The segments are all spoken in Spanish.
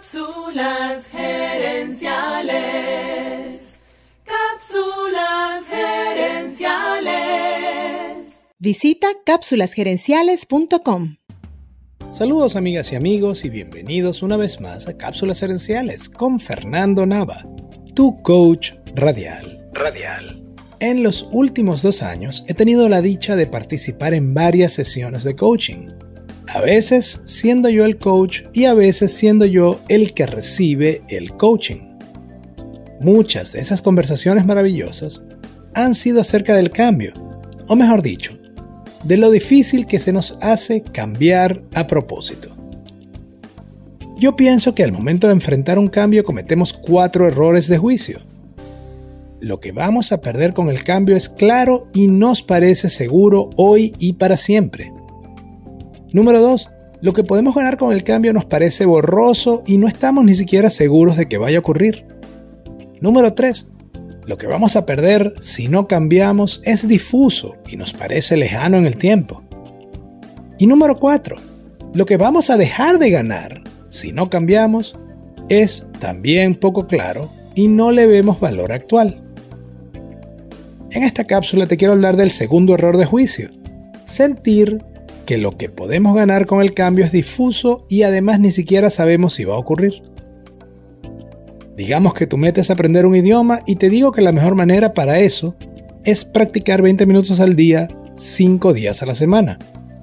Cápsulas gerenciales. Cápsulas gerenciales. Visita cápsulasgerenciales.com. Saludos amigas y amigos y bienvenidos una vez más a Cápsulas Gerenciales con Fernando Nava, tu coach radial. En los últimos 2 años he tenido la dicha de participar en varias sesiones de coaching. A veces siendo yo el coach y a veces siendo yo el que recibe el coaching. Muchas de esas conversaciones maravillosas han sido acerca del cambio, o mejor dicho, de lo difícil que se nos hace cambiar a propósito. Yo pienso que al momento de enfrentar un cambio cometemos 4 errores de juicio. Lo que vamos a perder con el cambio es claro y nos parece seguro hoy y para siempre. Número 2. Lo que podemos ganar con el cambio nos parece borroso y no estamos ni siquiera seguros de que vaya a ocurrir. Número 3. Lo que vamos a perder si no cambiamos es difuso y nos parece lejano en el tiempo. Y número 4. Lo que vamos a dejar de ganar si no cambiamos es también poco claro y no le vemos valor actual. En esta cápsula te quiero hablar del segundo error de juicio: sentir que lo que podemos ganar con el cambio es difuso y además ni siquiera sabemos si va a ocurrir. Digamos que tu meta es aprender un idioma y te digo que la mejor manera para eso es practicar 20 minutos al día, 5 días a la semana.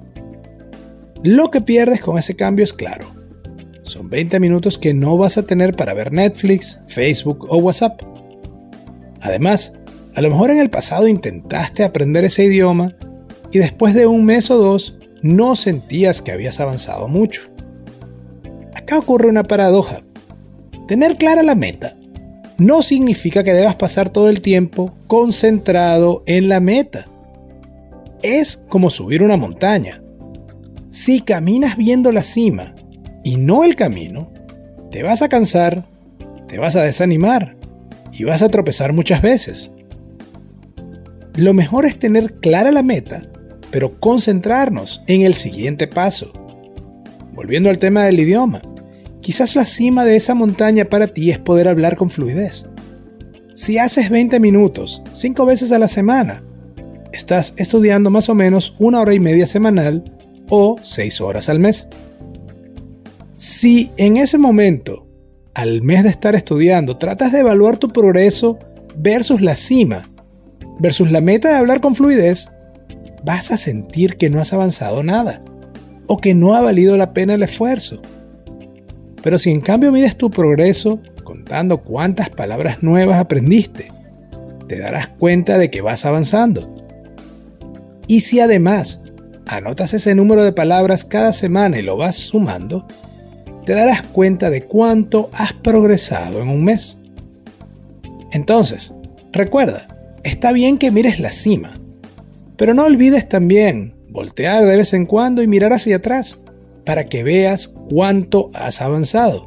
Lo que pierdes con ese cambio es claro. Son 20 minutos que no vas a tener para ver Netflix, Facebook o WhatsApp. Además, a lo mejor en el pasado intentaste aprender ese idioma y después de 1 mes o 2 no sentías que habías avanzado mucho. Acá ocurre una paradoja. Tener clara la meta no significa que debas pasar todo el tiempo concentrado en la meta. Es como subir una montaña. Si caminas viendo la cima y no el camino, te vas a cansar, te vas a desanimar y vas a tropezar muchas veces. Lo mejor es tener clara la meta, pero concentrarnos en el siguiente paso. Volviendo al tema del idioma, quizás la cima de esa montaña para ti es poder hablar con fluidez. Si haces 20 minutos, 5 veces a la semana, estás estudiando más o menos 1 hora y media semanal o 6 horas al mes. Si en ese momento, al mes de estar estudiando, tratas de evaluar tu progreso versus la cima, versus la meta de hablar con fluidez, vas a sentir que no has avanzado nada o que no ha valido la pena el esfuerzo. Pero si en cambio mides tu progreso contando cuántas palabras nuevas aprendiste, te darás cuenta de que vas avanzando. Y si además anotas ese número de palabras cada semana y lo vas sumando, te darás cuenta de cuánto has progresado en un mes. Entonces, recuerda, está bien que mires la cima, pero no olvides también voltear de vez en cuando y mirar hacia atrás para que veas cuánto has avanzado.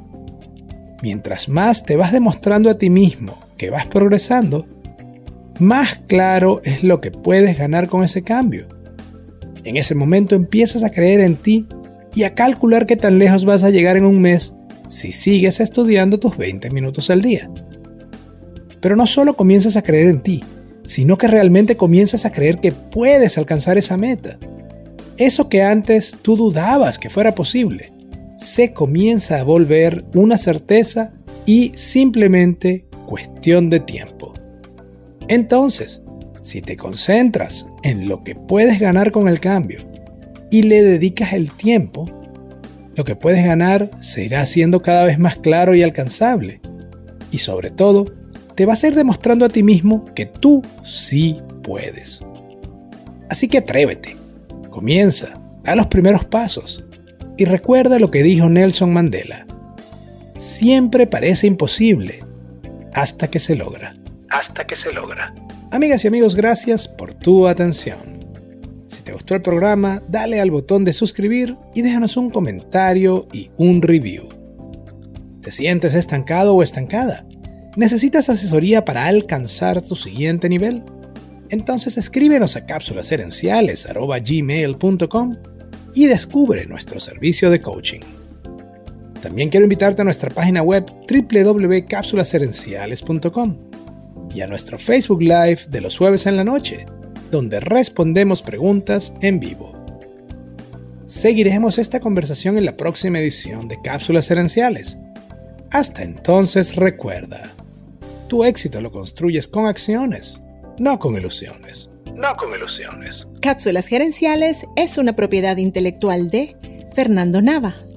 Mientras más te vas demostrando a ti mismo que vas progresando, más claro es lo que puedes ganar con ese cambio. En ese momento empiezas a creer en ti y a calcular qué tan lejos vas a llegar en un mes si sigues estudiando tus 20 minutos al día. Pero no solo comienzas a creer en ti, sino que realmente comienzas a creer que puedes alcanzar esa meta. Eso que antes tú dudabas que fuera posible, se comienza a volver una certeza y simplemente cuestión de tiempo. Entonces, si te concentras en lo que puedes ganar con el cambio y le dedicas el tiempo, lo que puedes ganar se irá haciendo cada vez más claro y alcanzable. Y sobre todo, te vas a ir demostrando a ti mismo que tú sí puedes. Así que atrévete, comienza, da los primeros pasos y recuerda lo que dijo Nelson Mandela: siempre parece imposible hasta que se logra. Amigas y amigos, gracias por tu atención. Si te gustó el programa, dale al botón de suscribir y déjanos un comentario y un review. ¿Te sientes estancado o estancada? ¿Necesitas asesoría para alcanzar tu siguiente nivel? Entonces escríbenos a cápsulasgerenciales@gmail.com y descubre nuestro servicio de coaching. También quiero invitarte a nuestra página web www.cápsulaserenciales.com y a nuestro Facebook Live de los jueves en la noche, donde respondemos preguntas en vivo. Seguiremos esta conversación en la próxima edición de Cápsulas Herenciales. Hasta entonces recuerda, tu éxito lo construyes con acciones, no con ilusiones. Cápsulas Gerenciales es una propiedad intelectual de Fernando Nava.